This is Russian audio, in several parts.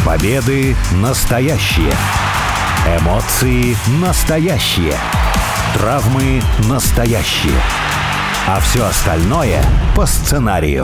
Победы настоящие. Эмоции настоящие. Травмы настоящие. А все остальное по сценарию.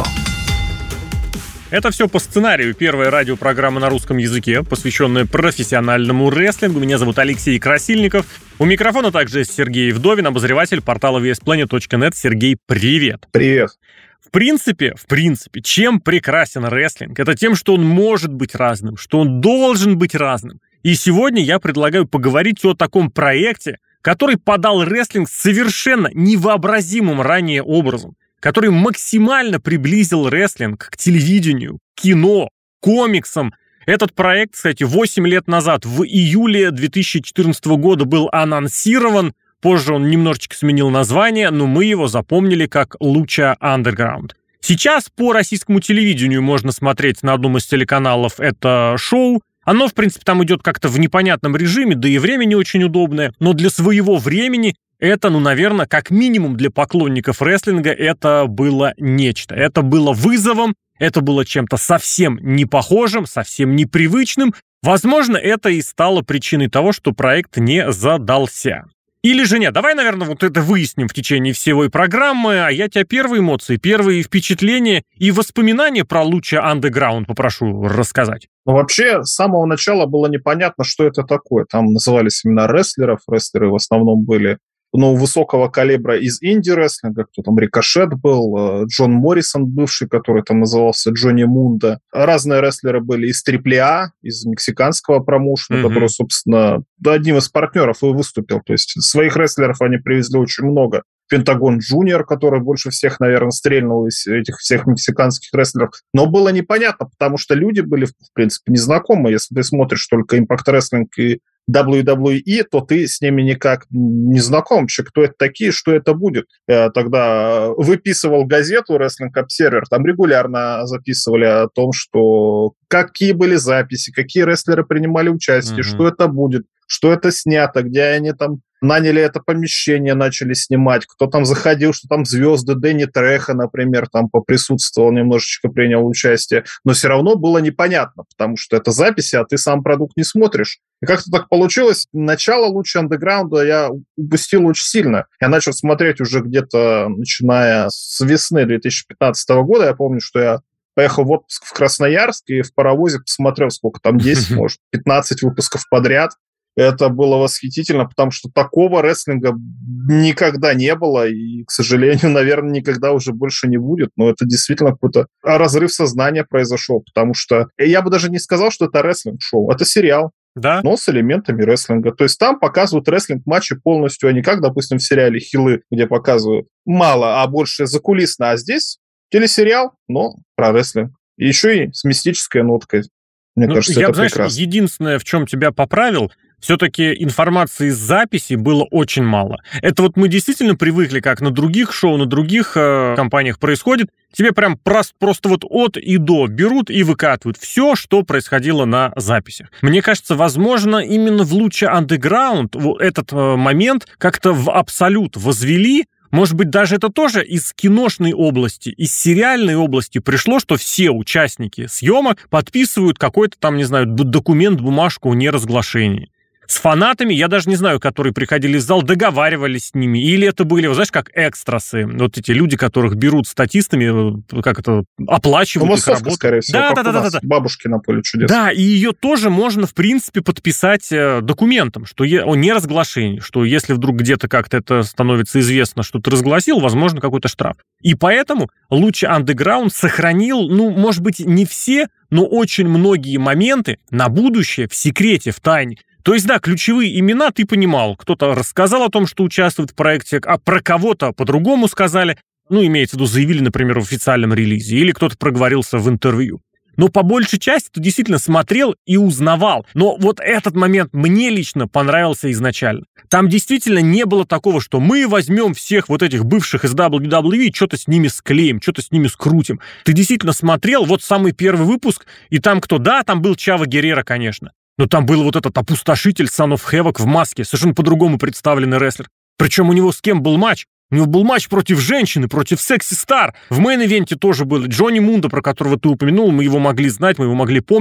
Это все по сценарию. Первая радиопрограмма на русском языке, посвященная профессиональному рестлингу. Меня зовут Алексей Красильников. У микрофона также Сергей Вдовин, обозреватель портала VSPlanet.net. Сергей, привет. Привет. В принципе, чем прекрасен рестлинг? Это тем, что он может быть разным, что он должен быть разным. И сегодня я предлагаю поговорить о таком проекте, который подал рестлинг совершенно невообразимым ранее образом, который максимально приблизил рестлинг к телевидению, кино, комиксам. Этот проект, кстати, 8 лет назад, в июле 2014 года был анонсирован. Позже он немножечко сменил название, но мы его запомнили как Lucha Underground. Сейчас по российскому телевидению можно смотреть на одном из телеканалов это шоу. Оно, в принципе, там идет как-то в непонятном режиме, да и время не очень удобное. Но для своего времени это, наверное, как минимум для поклонников рестлинга это было нечто. Это было вызовом, это было чем-то совсем не похожим, совсем непривычным. Возможно, это и стало причиной того, что проект не задался. Или же нет? Давай, наверное, вот это выясним в течение всей программы, а я тебя первые эмоции, первые впечатления и воспоминания про Lucha Underground попрошу рассказать. Вообще, с самого начала было непонятно, что это такое. Там назывались имена рестлеров. Рестлеры в основном были высокого калибра из инди-рестлинга. Кто там, Рикошет был, Джон Моррисон бывший, который там назывался Джонни Мундо. Разные рестлеры были из AAA, из мексиканского промоушена, который, собственно, одним из партнеров и выступил. То есть своих рестлеров они привезли очень много. Пентагон Джуниор, который больше всех, наверное, стрельнул из этих всех мексиканских рестлеров. Но было непонятно, потому что люди были, в принципе, незнакомы. Если ты смотришь только Impact Wrestling и WWE, то ты с ними никак не знаком вообще, кто это такие, что это будет. Я тогда выписывал газету Wrestling Observer, там регулярно записывали о том, что какие были записи, какие рестлеры принимали участие, что это будет, что это снято, где они там наняли это помещение, начали снимать, кто там заходил, что там звезды, Дэнни Треха, например, там поприсутствовал, немножечко принял участие, но все равно было непонятно, потому что это записи, а ты сам продукт не смотришь. И как-то так получилось, начало Lucha Underground я упустил очень сильно. Я начал смотреть уже где-то начиная с весны 2015 года, я помню, что я поехал в отпуск в Красноярск и в паровозе посмотрел, сколько там, 10, может, 15 выпусков подряд. Это было восхитительно, потому что такого рестлинга никогда не было, и, к сожалению, наверное, никогда уже больше не будет. Но это действительно какой-то разрыв сознания произошел, потому что я бы даже не сказал, что это рестлинг-шоу, это сериал. Да? Но с элементами рестлинга. То есть там показывают рестлинг-матчи полностью, а не как, допустим, в сериале «Хилы», где показывают мало, а больше закулисно. А здесь телесериал, но про рестлинг. И еще и с мистической ноткой. Мне кажется, это прекрасно. Единственное, в чем тебя поправил, все-таки информации из записи было очень мало. Это вот мы действительно привыкли, как на других шоу, на других компаниях происходит. Тебе прям просто вот от и до берут и выкатывают все, что происходило на записях. Мне кажется, возможно, именно в Lucha Underground этот момент как-то в абсолют возвели. Может быть, даже это тоже из киношной области, из сериальной области пришло, что все участники съемок подписывают какой-то там, не знаю, документ, бумажку о неразглашении. С фанатами, я даже не знаю, которые приходили в зал, договаривались с ними. Или это были, знаешь, как экстрасы. Вот эти люди, которых берут статистами, как это, оплачивают их работу. Скорее всего, да. Бабушки на поле чудес. Да, и ее тоже можно, в принципе, подписать документом, что о неразглашении, что если вдруг где-то как-то это становится известно, что ты разгласил, возможно, какой-то штраф. И поэтому Lucha Underground сохранил, может быть, не все, но очень многие моменты на будущее в секрете, в тайне. То есть, да, ключевые имена ты понимал. Кто-то рассказал о том, что участвует в проекте, а про кого-то по-другому сказали. Имеется в виду, заявили, например, в официальном релизе. Или кто-то проговорился в интервью. Но по большей части ты действительно смотрел и узнавал. Но вот этот момент мне лично понравился изначально. Там действительно не было такого, что мы возьмем всех вот этих бывших из WWE, что-то с ними склеим, что-то с ними скрутим. Ты действительно смотрел вот самый первый выпуск, и там кто? Да, там был Чава Геррера, конечно. Но там был вот этот опустошитель Son of Havoc в маске, совершенно по-другому представленный рестлер. Причем у него с кем был матч? У него был матч против женщины, против Секси Стар. В мейн-ивенте тоже был Джонни Мундо, про которого ты упомянул, мы его могли знать, мы его могли помнить.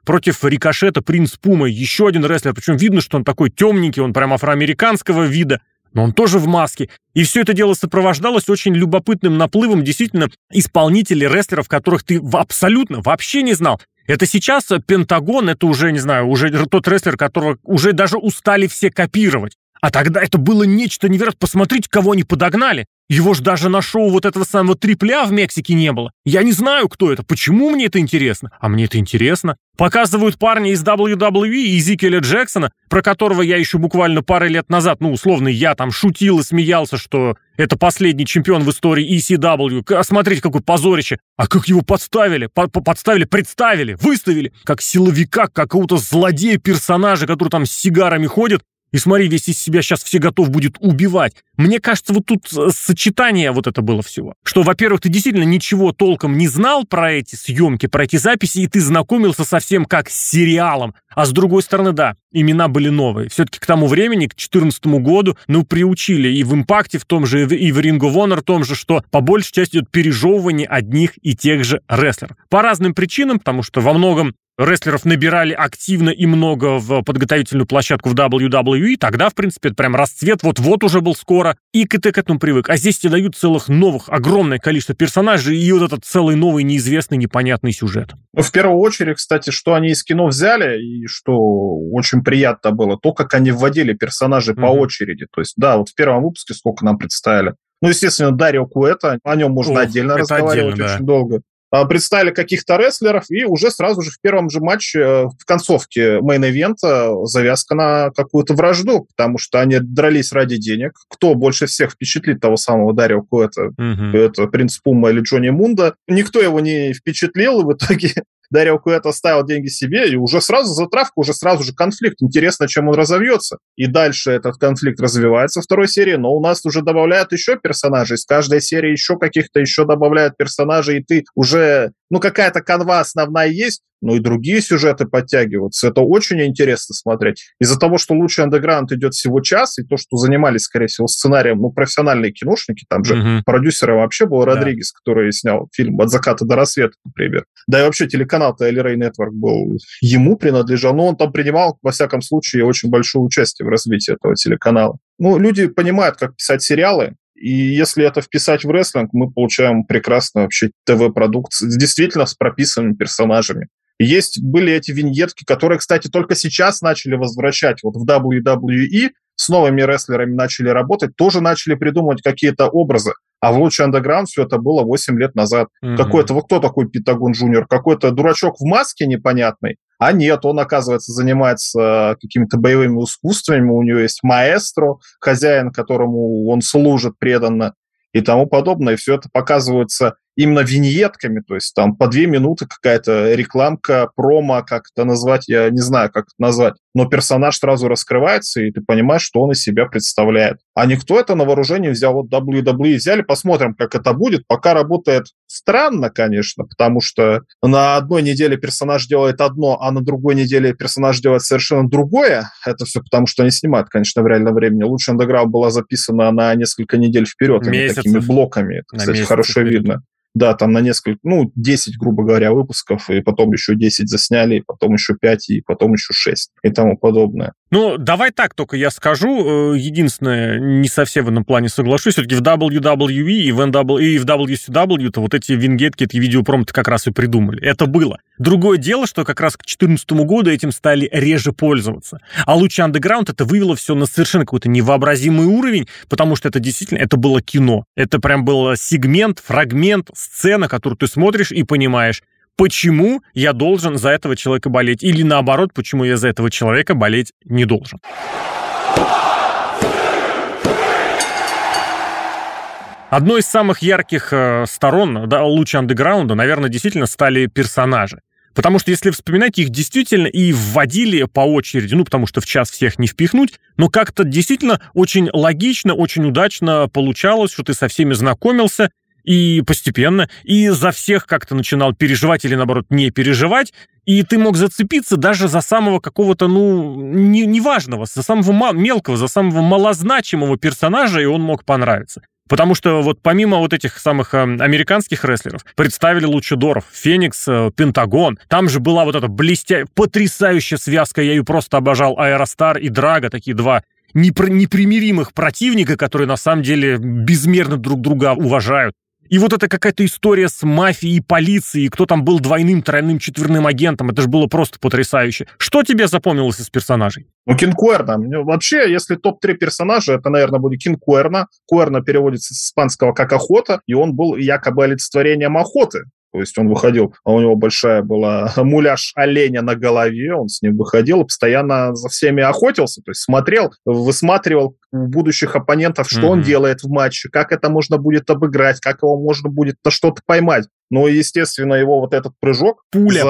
против Рикошета Принц Пума, еще один рестлер, причем видно, что он такой темненький, он прям афроамериканского вида, но он тоже в маске. И все это дело сопровождалось очень любопытным наплывом действительно исполнителей, рестлеров, которых ты абсолютно вообще не знал. Это сейчас Пентагон, это уже, не знаю, уже тот рестлер, которого уже даже устали все копировать. А тогда это было нечто невероятное. Посмотрите, кого они подогнали. Его же даже на шоу вот этого самого Трипля в Мексике не было. Я не знаю, кто это. Почему мне это интересно? А мне это интересно. Показывают парня из WWE, Изикеля Джексона, про которого я еще буквально пару лет назад, условно, я там шутил и смеялся, что это последний чемпион в истории ECW. Смотрите, какое позорище. А как его подставили? Представили, выставили. Как силовика, какого-то злодея-персонажа, который там с сигарами ходит. И смотри, весь из себя сейчас все готов будет убивать. Мне кажется, вот тут сочетание вот это было всего. Что, во-первых, ты действительно ничего толком не знал про эти съемки, про эти записи, и ты знакомился совсем как с сериалом. А с другой стороны, да, имена были новые. Все-таки к тому времени, к 2014 году, приучили и в «Импакте», в том же, и в «Ring of Honor», том же, что по большей части идет пережевывание одних и тех же рестлеров. По разным причинам, потому что во многом рестлеров набирали активно и много в подготовительную площадку в WWE, тогда, в принципе, это прям расцвет, вот-вот уже был скоро, и ты к этому привык. А здесь тебе дают целых новых, огромное количество персонажей, и вот этот целый новый, неизвестный, непонятный сюжет. В первую очередь, кстати, что они из кино взяли, и что очень приятно было, то, как они вводили персонажей по очереди. То есть, да, вот в первом выпуске сколько нам представили. Естественно, Дарио Куэта, о нем можно отдельно разговаривать очень долго. Представили каких-то рестлеров, и уже сразу же в первом же матче, в концовке мейн-ивента, завязка на какую-то вражду, потому что они дрались ради денег. Кто больше всех впечатлит того самого Дарио Куэта, это Принц Пума или Джонни Мунда. Никто его не впечатлил, и в итоге Дарио Куэта оставил деньги себе, и уже сразу затравка, уже сразу же конфликт. Интересно, чем он разовьется. И дальше этот конфликт развивается во второй серии, но у нас уже добавляют еще персонажей. С каждой серии еще каких-то еще добавляют персонажей, и ты уже, какая-то канва основная есть, и другие сюжеты подтягиваются. Это очень интересно смотреть. Из-за того, что «Лучший андеграунд» идет всего час, и то, что занимались, скорее всего, сценарием, профессиональные киношники, там же продюсером вообще был Родригес, который снял фильм «От заката до рассвета», например. Да и вообще телеканал-то LRA Network был, ему принадлежал, но он там принимал, во всяком случае, очень большое участие в развитии этого телеканала. Люди понимают, как писать сериалы, и если это вписать в рестлинг, мы получаем прекрасный вообще ТВ-продукт, действительно с прописанными персонажами. Были эти виньетки, которые, кстати, только сейчас начали возвращать. Вот в WWE с новыми рестлерами начали работать, тоже начали придумывать какие-то образы. А в «Лучший андеграунд» все это было 8 лет назад. Какой-то, кто такой Пентагон Джуниор? Какой-то дурачок в маске непонятный? А нет, он, оказывается, занимается какими-то боевыми искусствами, у него есть маэстро, хозяин, которому он служит преданно и тому подобное. И все это показывается именно виньетками, то есть там по 2 минуты какая-то рекламка, промо, как это назвать, я не знаю, как это назвать, но персонаж сразу раскрывается, и ты понимаешь, что он из себя представляет. А никто это на вооружение взял, вот WWE взяли, посмотрим, как это будет. Пока работает странно, конечно, потому что на одной неделе персонаж делает одно, а на другой неделе персонаж делает совершенно другое. Это все потому, что они снимают, конечно, в реальном времени. «Лучший андеграунд» была записана на несколько недель вперед, такими блоками. Это, кстати, хорошо видно. Да, там на несколько, 10, грубо говоря, выпусков, и потом еще 10 засняли, и потом еще 5, и потом еще 6, и тому подобное. Давай так только я скажу. Единственное, не совсем в этом плане соглашусь. Все-таки в WWE и в WCW-то вот эти вингетки, эти видеопром-то как раз и придумали. Это было. Другое дело, что как раз к 2014 году этим стали реже пользоваться. А «Лучший андеграунд» это вывело все на совершенно какой-то невообразимый уровень, потому что это действительно, это было кино. Это прям был сегмент, фрагмент, сцена, которую ты смотришь и понимаешь, почему я должен за этого человека болеть, или наоборот, почему я за этого человека болеть не должен. Одной из самых ярких сторон «Лучшего андеграунда», наверное, действительно стали персонажи. Потому что, если вспоминать, их действительно и вводили по очереди, потому что в час всех не впихнуть, но как-то действительно очень логично, очень удачно получалось, что ты со всеми знакомился, и постепенно, и за всех как-то начинал переживать или, наоборот, не переживать, и ты мог зацепиться даже за самого какого-то, неважного, за самого мелкого, за самого малозначимого персонажа, и он мог понравиться. Потому что вот помимо вот этих самых американских рестлеров представили лучидоров, Феникс, Пентагон. Там же была вот эта потрясающая связка, я ее просто обожал, Аэростар и Драга, такие два непримиримых противника, которые на самом деле безмерно друг друга уважают. И вот это какая-то история с мафией и полицией, кто там был двойным, тройным, четверным агентом, это же было просто потрясающе. Что тебе запомнилось из персонажей? Кинг Куэрна. Вообще, если топ-3 персонажа, это, наверное, будет Кинг Куэрна. Куэрна переводится с испанского как «охота», и он был якобы олицетворением охоты. То есть он выходил, а у него большая была муляж оленя на голове, он с ним выходил и постоянно за всеми охотился, то есть смотрел, высматривал у будущих оппонентов, что он делает в матче, как это можно будет обыграть, как его можно будет на что-то поймать. Ну, естественно, его вот этот прыжок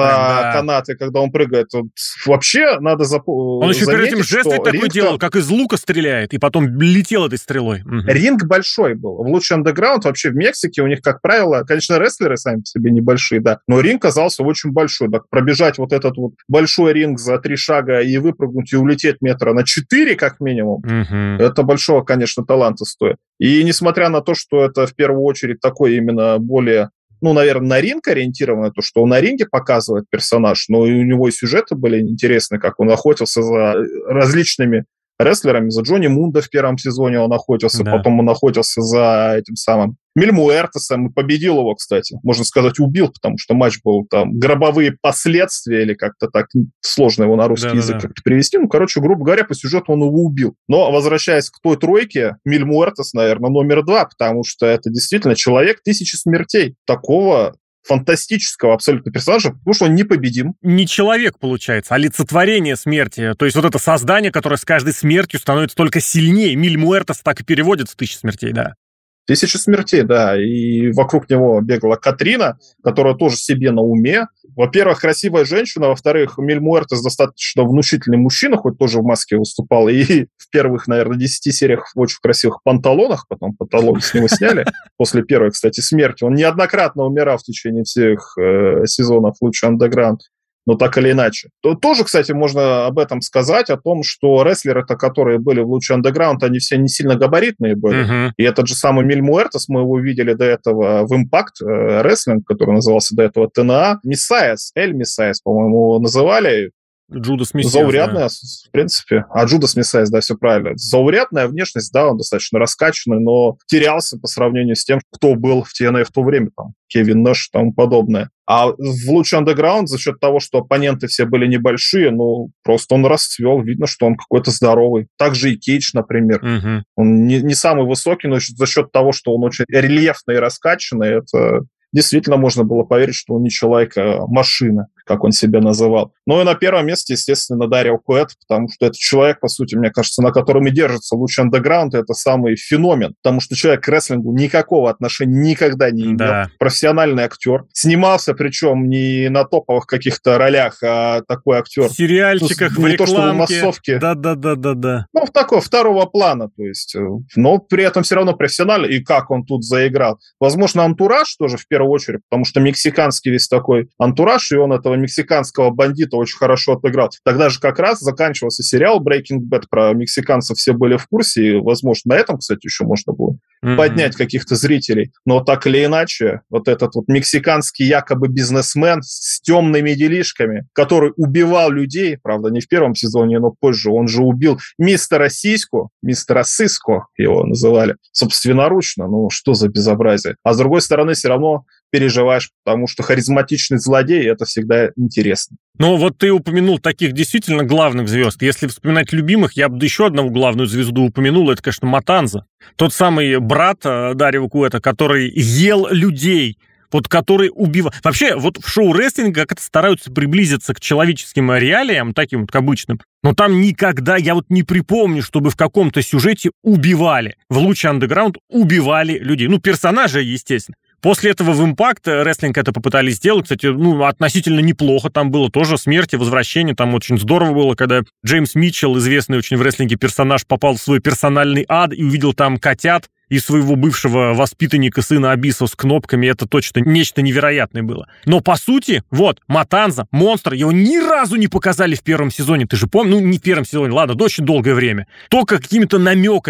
за канаты, когда он прыгает, вообще надо он еще перед этим жест такой делал, как из лука стреляет, и потом летел этой стрелой. Ринг большой был. В Lucha Underground вообще в Мексике у них, как правило, конечно, рестлеры сами по себе небольшие, да, но ринг казался очень большой. Так, пробежать вот этот вот большой ринг за 3 шага и выпрыгнуть и улететь метра на 4, как минимум, это большого, конечно, таланта стоит. И несмотря на то, что это в первую очередь такой именно более, наверное, на ринг ориентированное, то, что он на ринге показывает персонаж, но и у него и сюжеты были интересные, как он охотился за различными рестлерами, за Джонни Мундо в первом сезоне он охотился, потом он охотился за этим самым Миль Муэртесом и победил его, кстати. Можно сказать, убил, потому что матч был там гробовые последствия, или как-то так сложно его на русский язык как-то привести. Грубо говоря, по сюжету он его убил. Но, возвращаясь к той тройке, Миль Муэртес, наверное, номер 2, потому что это действительно человек 1000 смертей. Такого фантастического абсолютно персонажа, потому что он непобедим. Не человек, получается, а олицетворение смерти. То есть вот это создание, которое с каждой смертью становится только сильнее. Миль Муэртес так и переводится, 1000 смертей, да. 1000 смертей, да. И вокруг него бегала Катрина, которая тоже себе на уме. Во-первых, красивая женщина. Во-вторых, Миль Муэртес достаточно внушительный мужчина, хоть тоже в маске выступал. И в первых, наверное, 10 сериях в очень красивых панталонах. Потом панталоны с него сняли. После первой, кстати, смерти. Он неоднократно умирал в течение всех сезонов Lucha Underground. Но так или иначе. Тоже, кстати, можно об этом сказать, о том, что рестлеры-то, которые были в Lucha Underground, они все не сильно габаритные были. И этот же самый Миль Муэртес, мы его видели до этого в Impact Wrestling, который назывался до этого ТНА. Мессайас, Эль Мессайас, по-моему, его называли. Джудас Мессайас, заурядная, да. В принципе. Джудас Мессайас, да, все правильно. Заурядная внешность, да, он достаточно раскачанный, но терялся по сравнению с тем, кто был в TNA в то время, там, Кевин Нэш и тому подобное. А в Lucha Underground за счет того, что оппоненты все были небольшие, просто он расцвел, видно, что он какой-то здоровый. Также и Кейдж, например. Он не самый высокий, но за счет того, что он очень рельефный и раскачанный, это действительно можно было поверить, что он не человек, а машина, как он себя называл. Ну и на первом месте, естественно, Дарио Куэт, потому что это человек, по сути, мне кажется, на котором и держится Lucha Underground, это самый феномен, потому что человек к рестлингу никакого отношения никогда не имел. Да. Профессиональный актер. Снимался, причем не на топовых каких-то ролях, а такой актер. В сериальчиках, в рекламке. Не то, что в массовке. Да. Такого второго плана, то есть, но при этом все равно профессиональный, и как он тут заиграл. Возможно, антураж тоже в первую очередь, потому что мексиканский весь такой антураж, и он этого мексиканского бандита очень хорошо отыграл. Тогда же как раз заканчивался сериал Breaking Bad, про мексиканцев все были в курсе, и, возможно, на этом, кстати, еще можно было поднять каких-то зрителей. Но так или иначе, вот этот вот мексиканский якобы бизнесмен с темными делишками, который убивал людей, правда, не в первом сезоне, но позже, он же убил мистера Сиську, мистера Сиско его называли, собственноручно. Что за безобразие? А с другой стороны, все равно переживаешь, потому что харизматичный злодей — это всегда интересно. Ну, вот ты упомянул таких действительно главных звезд. Если вспоминать любимых, я бы еще одну главную звезду упомянул, это, конечно, Матанза. Тот самый брат Дарио Куэта, который ел людей, вот который убивал... Вообще, вот в шоу рестлинга как-то стараются приблизиться к человеческим реалиям, таким вот к обычным, но там никогда, я вот не припомню, чтобы в каком-то сюжете убивали. В Lucha Underground убивали людей. Персонажи, естественно. После этого в Impact Wrestling это попытались сделать, кстати, относительно неплохо, там было тоже смерть и возвращение, там очень здорово было, когда Джеймс Митчелл, известный очень в рестлинге персонаж, попал в свой персональный ад и увидел там котят и своего бывшего воспитанника, сына Абиса с кнопками, это точно нечто невероятное было. Но по сути, вот, Матанза, монстр, его ни разу не показали в первом сезоне, ты же помнишь, не в первом сезоне, ладно, очень долгое время, только какими-то намеками.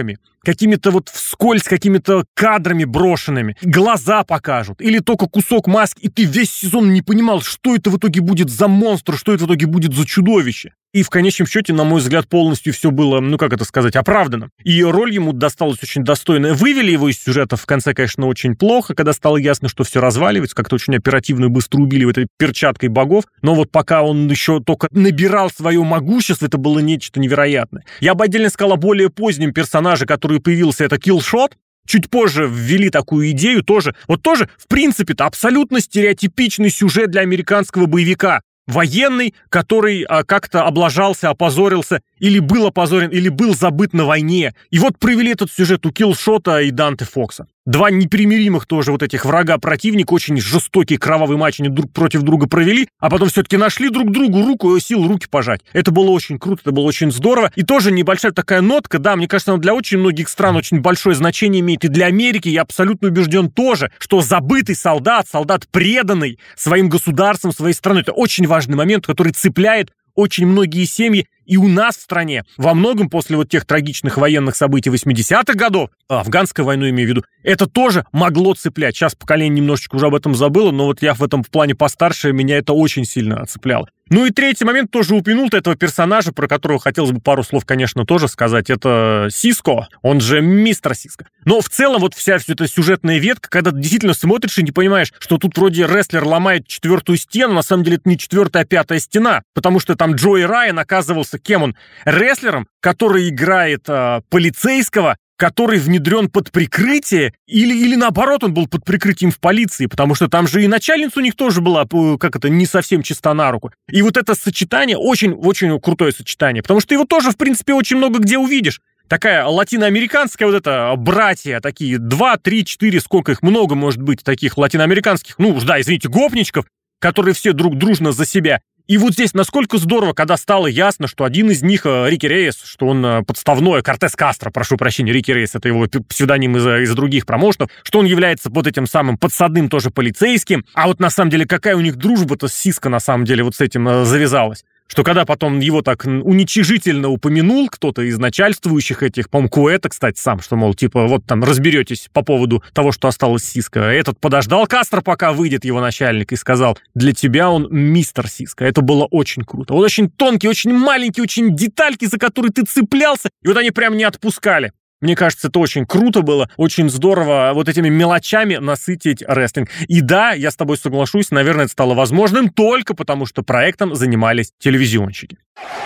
какими-то вот вскользь, какими-то кадрами брошенными. Глаза покажут. Или только кусок маски, и ты весь сезон не понимал, что это в итоге будет за монстр, что это в итоге будет за чудовище. И в конечном счете, на мой взгляд, полностью все было, оправдано. И роль ему досталась очень достойная. Вывели его из сюжета в конце, конечно, очень плохо, когда стало ясно, что все разваливается, как-то очень оперативно и быстро убили в этой перчаткой богов. Но вот пока он еще только набирал свое могущество, это было нечто невероятное. Я бы отдельно сказал о более позднем персонаже, который появился, это Killshot. Чуть позже ввели такую идею тоже. Вот тоже, в принципе-то, абсолютно стереотипичный сюжет для американского боевика. Военный, который как-то облажался, опозорился, или был опозорен, или был забыт на войне. И вот провели этот сюжет у Киллшота и Данте Фокса. Два непримиримых тоже вот этих врага-противника, очень жестокий кровавый матч они друг против друга провели, а потом все-таки нашли друг другу руки пожать. Это было очень круто, это было очень здорово. И тоже небольшая такая нотка, да, мне кажется, она для очень многих стран очень большое значение имеет. И для Америки я абсолютно убежден тоже, что забытый солдат преданный своим государством, своей страной, это очень важный момент, который цепляет очень многие семьи и у нас в стране. Во многом после вот тех трагичных военных событий 80-х годов, афганскую войну имею в виду, это тоже могло цеплять. Сейчас поколение немножечко уже об этом забыло, но вот я в этом плане постарше, меня это очень сильно цепляло. Ну и третий момент, тоже упомянул этого персонажа, про которого хотелось бы пару слов, конечно, тоже сказать. Это Сиско, он же мистер Сиско. Но в целом вот вся эта сюжетная ветка, когда ты действительно смотришь и не понимаешь, что тут вроде рестлер ломает четвертую стену, на самом деле это не четвертая, а пятая стена, потому что там Джои Райан оказывался кем он? Рестлером, который играет полицейского, который внедрен под прикрытие, или наоборот, он был под прикрытием в полиции, потому что там же и начальница у них тоже была, не совсем чиста на руку. И вот это сочетание, очень-очень крутое сочетание, потому что его тоже, в принципе, очень много где увидишь. Такая латиноамериканская вот эта братья, такие 2, 3, 4, сколько их много может быть, таких латиноамериканских, гопничков, которые все друг дружно за себя. И вот здесь насколько здорово, когда стало ясно, что один из них, Рики Рейс, что он подставной, Кортес Кастро, прошу прощения, Рики Рейс, это его псевдоним из других промоушенов, что он является вот этим самым подсадным тоже полицейским. А вот на самом деле какая у них дружба-то с Сиско на самом деле вот с этим завязалась. Что когда потом его так уничижительно упомянул кто-то из начальствующих этих, по-моему, Куэта, кстати, сам, что, мол, вот там разберетесь по поводу того, что осталось Сиско. Этот подождал Кастро, пока выйдет его начальник, и сказал, для тебя он мистер Сиско. Это было очень круто. Вот очень тонкие, очень маленькие, очень детальки, за которые ты цеплялся, и вот они прям не отпускали. Мне кажется, это очень круто было, очень здорово вот этими мелочами насытить рестлинг. И да, я с тобой соглашусь, наверное, это стало возможным только потому, что проектом занимались телевизионщики.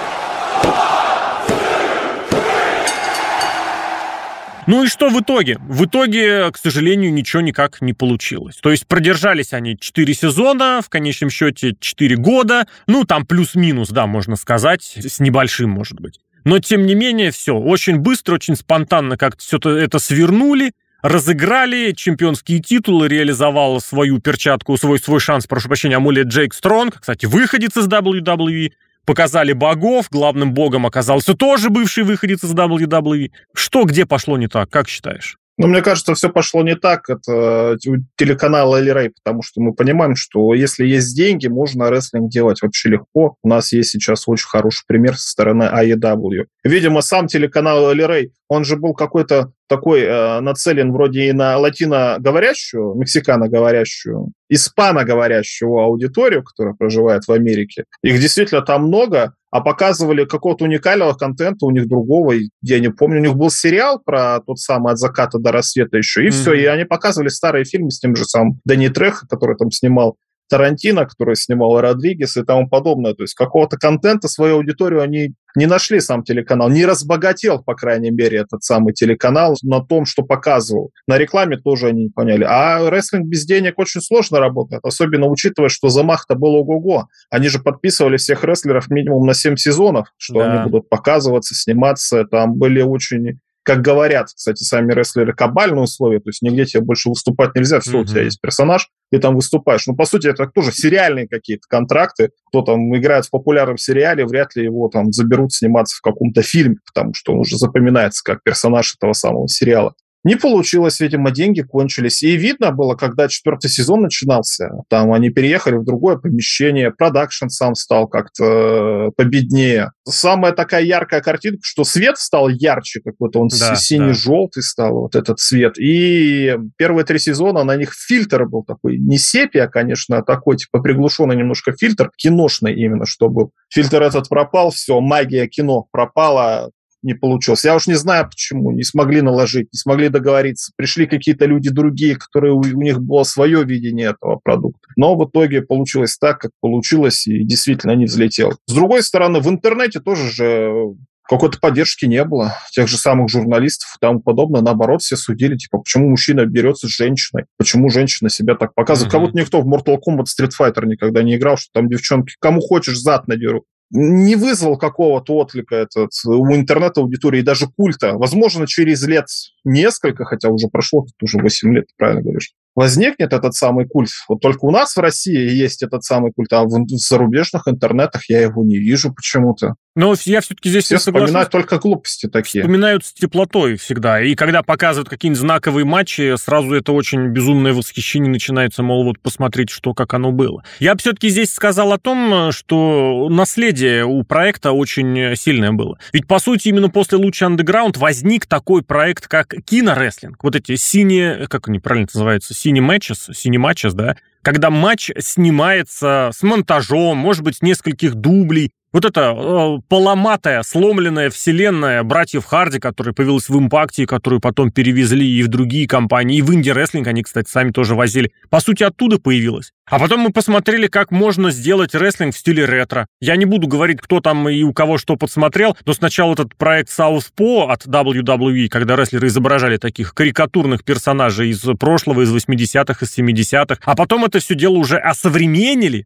Ну и что в итоге? В итоге, к сожалению, ничего никак не получилось. То есть продержались они 4 сезона, в конечном счете 4 года, там плюс-минус, да, можно сказать, с небольшим, может быть. Но, тем не менее, все очень быстро, очень спонтанно как-то все это свернули, разыграли чемпионские титулы, реализовал свою перчатку, свой шанс, прошу прощения, амулет Джейк Стронг, кстати, выходец из WWE, показали богов, главным богом оказался тоже бывший выходец из WWE. Что, где пошло не так, как считаешь? Мне кажется, все пошло не так. Это телеканал Элли Рэй, потому что мы понимаем, что если есть деньги, можно рестлинг делать вообще легко. У нас есть сейчас очень хороший пример со стороны AEW. Видимо, сам телеканал Элли Рэй, он же был какой-то такой нацелен вроде и на латиноговорящую, мексиканоговорящую, испаноговорящую аудиторию, которая проживает в Америке. Их действительно там много, а показывали какого-то уникального контента у них другого, я не помню. У них был сериал про тот самый «От заката до рассвета» еще, и все. И они показывали старые фильмы с тем же самым Дэнни Трехо, который там снимал Тарантино, который снимал Родригес и тому подобное. То есть какого-то контента свою аудиторию они не нашли, сам телеканал. Не разбогател, по крайней мере, этот самый телеканал на том, что показывал. На рекламе тоже они не поняли. А рестлинг без денег очень сложно работает, особенно учитывая, что замах-то был ого-го. Они же подписывали всех рестлеров минимум на 7 сезонов, что они будут показываться, сниматься. Там были очень... Как говорят, кстати, сами рестлеры, кабальные условия, то есть нигде тебе больше выступать нельзя, все, у тебя есть персонаж, ты там выступаешь. По сути, это тоже сериальные какие-то контракты. Кто там играет в популярном сериале, вряд ли его там заберут сниматься в каком-то фильме, потому что он уже запоминается как персонаж этого самого сериала. Не получилось, видимо, деньги кончились. И видно было, когда 4-й сезон начинался, там они переехали в другое помещение, продакшн сам стал как-то победнее. Самая такая яркая картинка, что свет стал ярче, какой-то он синий-желтый стал, вот этот цвет. И первые 3 сезона на них фильтр был такой, не сепия, конечно, а такой, типа, приглушенный немножко фильтр, киношный именно, чтобы фильтр этот пропал, все, магия кино пропала, не получилось. Я уж не знаю, почему. Не смогли наложить, не смогли договориться. Пришли какие-то люди другие, которые у них было свое видение этого продукта. Но в итоге получилось так, как получилось, и действительно не взлетел. С другой стороны, в интернете тоже же какой-то поддержки не было. Тех же самых журналистов и тому подобное. Наоборот, все судили, типа, почему мужчина берется с женщиной? Почему женщина себя так показывает? Кого-то никто в Mortal Kombat Street Fighter никогда не играл, что там девчонки кому хочешь зад надерут. Не вызвал какого-то отклика этот у интернет-аудитории и даже культа. Возможно, через лет несколько, хотя уже прошло, тут уже 8 лет, правильно говоришь, возникнет этот самый культ. Вот только у нас в России есть этот самый культ, а в зарубежных интернетах я его не вижу почему-то. Но я все-таки здесь все вспоминают только глупости такие. Вспоминают с теплотой всегда. И когда показывают какие-нибудь знаковые матчи, сразу это очень безумное восхищение начинается, мол, вот посмотреть, что, как оно было. Я бы все-таки здесь сказал о том, что наследие у проекта очень сильное было. Ведь, по сути, именно после Lucha Underground возник такой проект, как кинорестлинг. Вот эти синие, как они правильно называются, синематчес, да? Когда матч снимается с монтажом, может быть, с нескольких дублей. Вот эта поломатая, сломленная вселенная братьев Харди, которая появилась в Импакте, которую потом перевезли и в другие компании, и в инди-рестлинг они, кстати, сами тоже возили. По сути, оттуда появилась. А потом мы посмотрели, как можно сделать рестлинг в стиле ретро. Я не буду говорить, кто там и у кого что подсмотрел, но сначала этот проект Southpaw от WWE, когда рестлеры изображали таких карикатурных персонажей из прошлого, из 80-х, из 70-х, а потом это все дело уже осовременили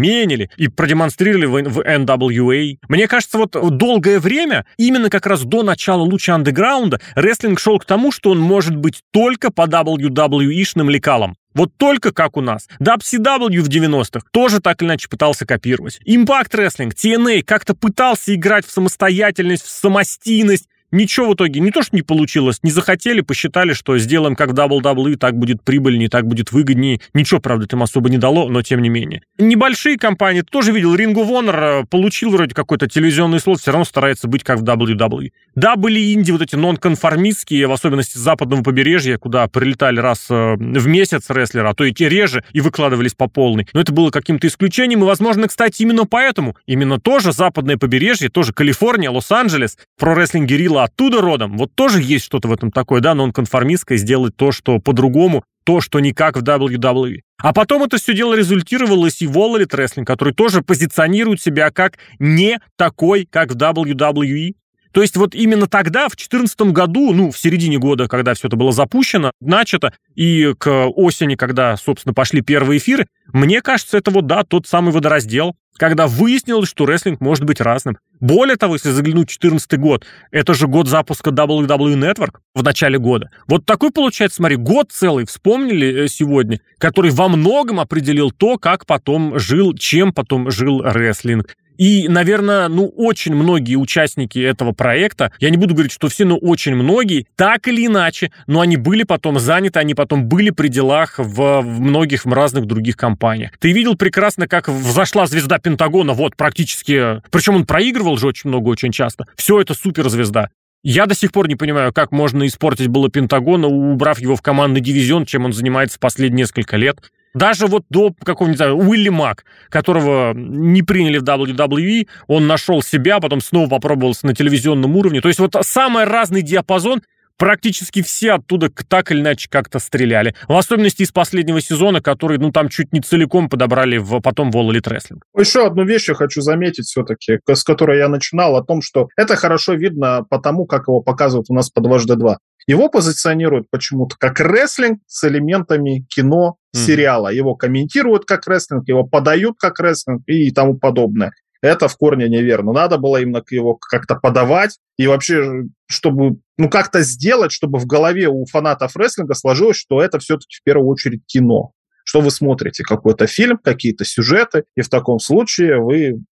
и продемонстрировали в NWA. Мне кажется, вот долгое время, именно как раз до начала Lucha Underground, рестлинг шел к тому, что он может быть только по WWE-шным лекалам. Вот только как у нас. WCW в 90-х тоже так или иначе пытался копировать. Impact Wrestling, TNA как-то пытался играть в самостоятельность, в самостийность. Ничего в итоге не то, что не получилось, не захотели, посчитали, что сделаем как в WWE, так будет прибыльнее, так будет выгоднее. Ничего, правда, им особо не дало, но тем не менее. Небольшие компании, ты тоже видел, Ring of Honor получил вроде какой-то телевизионный слот, все равно старается быть как в WWE. Да, были инди вот эти нон-конформистские, в особенности с западного побережья, куда прилетали раз в месяц рестлеры, а то и те реже, и выкладывались по полной. Но это было каким-то исключением, и, возможно, кстати, именно поэтому, именно тоже западное побережье, тоже Калифорния, Лос-Анджелес, про-рестлинг Герилла оттуда родом, вот тоже есть что-то в этом такое, да, нон-конформистское, сделать то, что по-другому, то, что не как в WWE. А потом это все дело результировалось и в All Elite Wrestling, который тоже позиционирует себя как не такой, как в WWE. То есть вот именно тогда, в 2014 году, в середине года, когда все это было запущено, начато, и к осени, когда, собственно, пошли первые эфиры, мне кажется, это вот, да, тот самый водораздел, когда выяснилось, что рестлинг может быть разным. Более того, если заглянуть в 2014 год, это же год запуска WWE Network в начале года. Вот такой, получается, смотри, год целый вспомнили сегодня, который во многом определил то, как потом жил, чем потом жил рестлинг. И, наверное, очень многие участники этого проекта, я не буду говорить, что все, но очень многие, так или иначе, но они были потом заняты, они потом были при делах в многих разных других компаниях. Ты видел прекрасно, как взошла звезда Пентагона, вот, практически, причем он проигрывал же очень много, очень часто. Все это суперзвезда. Я до сих пор не понимаю, как можно испортить было Пентагона, убрав его в командный дивизион, чем он занимается последние несколько лет. Даже вот до какого-нибудь, не знаю, Уилли Мак, которого не приняли в WWE, он нашел себя, потом снова попробовался на телевизионном уровне. То есть вот самый разный диапазон, практически все оттуда так или иначе как-то стреляли. В особенности из последнего сезона, который, там чуть не целиком подобрали потом в All Elite Wrestling. Еще одну вещь я хочу заметить все-таки, с которой я начинал, о том, что это хорошо видно по тому, как его показывают у нас по 2H2. Его позиционируют почему-то как рестлинг с элементами кино, сериала. Его комментируют как рестлинг, его подают как рестлинг и тому подобное. Это в корне неверно. Надо было именно его как-то подавать и вообще, чтобы как-то сделать, чтобы в голове у фанатов рестлинга сложилось, что это все-таки в первую очередь кино. Что вы смотрите какой-то фильм, какие-то сюжеты, и в таком случае вы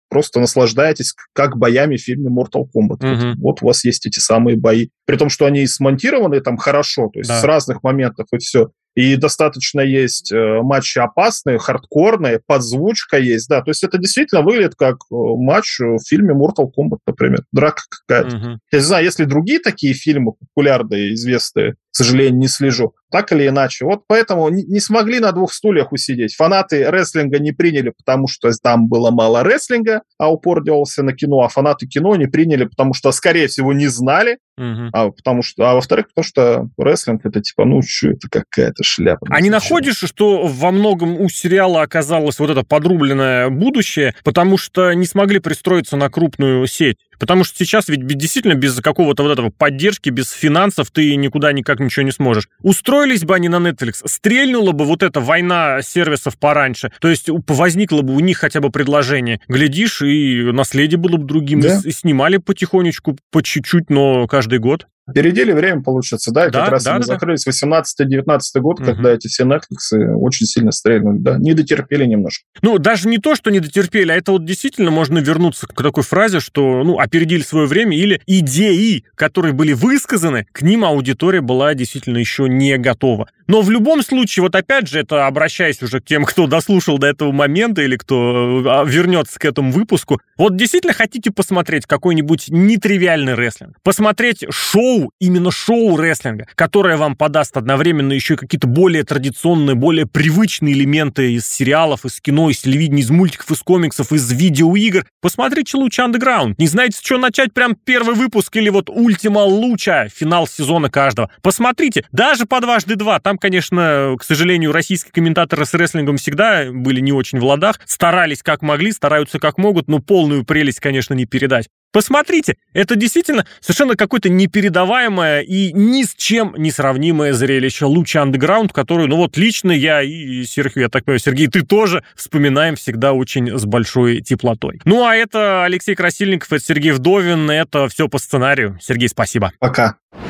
просто наслаждаетесь как боями в фильме Mortal Kombat. Вот у вас есть эти самые бои. При том, что они смонтированы там хорошо, то есть с разных моментов и все. И достаточно есть матчи опасные, хардкорные, подзвучка есть, да. То есть это действительно выглядит как матч в фильме Mortal Kombat, например. Драка какая-то. Я не знаю, если другие такие фильмы популярные, известные, к сожалению, не слежу, так или иначе. Вот поэтому не смогли на двух стульях усидеть. Фанаты рестлинга не приняли, потому что там было мало рестлинга, а упор делался на кино, а фанаты кино не приняли, потому что, скорее всего, не знали, а во-вторых, потому что рестлинг это типа, что это какая-то шляпа. А не находишь, что во многом у сериала оказалось вот это подрубленное будущее, потому что не смогли пристроиться на крупную сеть? Потому что сейчас ведь действительно без какого-то вот этого поддержки, без финансов ты никуда никак ничего не сможешь. Устроились бы они на Netflix, стрельнула бы вот эта война сервисов пораньше, то есть возникло бы у них хотя бы предложение. Глядишь, и наследие было бы другим, и снимали потихонечку, по чуть-чуть, но каждый год. Опередили время, получается, да, и как раз они закрылись 18-19 год, когда эти все Netflix очень сильно стрельнули, да, не дотерпели немножко. Даже не то, что не дотерпели, а это вот действительно можно вернуться к такой фразе, что, опередили свое время, или идеи, которые были высказаны, к ним аудитория была действительно еще не готова. Но в любом случае, вот опять же, это обращаясь уже к тем, кто дослушал до этого момента или кто вернется к этому выпуску, вот действительно хотите посмотреть какой-нибудь нетривиальный рестлинг, посмотреть шоу, именно шоу рестлинга, которое вам подаст одновременно еще и какие-то более традиционные, более привычные элементы из сериалов, из кино, из телевидения, из мультиков, из комиксов, из видеоигр, посмотрите лучше Underground. Не знаете, с чего начать? Прям первый выпуск или вот Ультима Луча, финал сезона каждого. Посмотрите, даже по 2x2. Там, конечно, к сожалению, российские комментаторы с рестлингом всегда были не очень в ладах, старались как могли, стараются как могут, но полную прелесть, конечно, не передать. Посмотрите, это действительно совершенно какое-то непередаваемое и ни с чем не сравнимое зрелище. Луч Underground, которую, лично я и Серхио, я так понимаю, Сергей, ты тоже вспоминаем всегда очень с большой теплотой. А это Алексей Красильников, это Сергей Вдовин, это все по сценарию. Сергей, спасибо. Пока.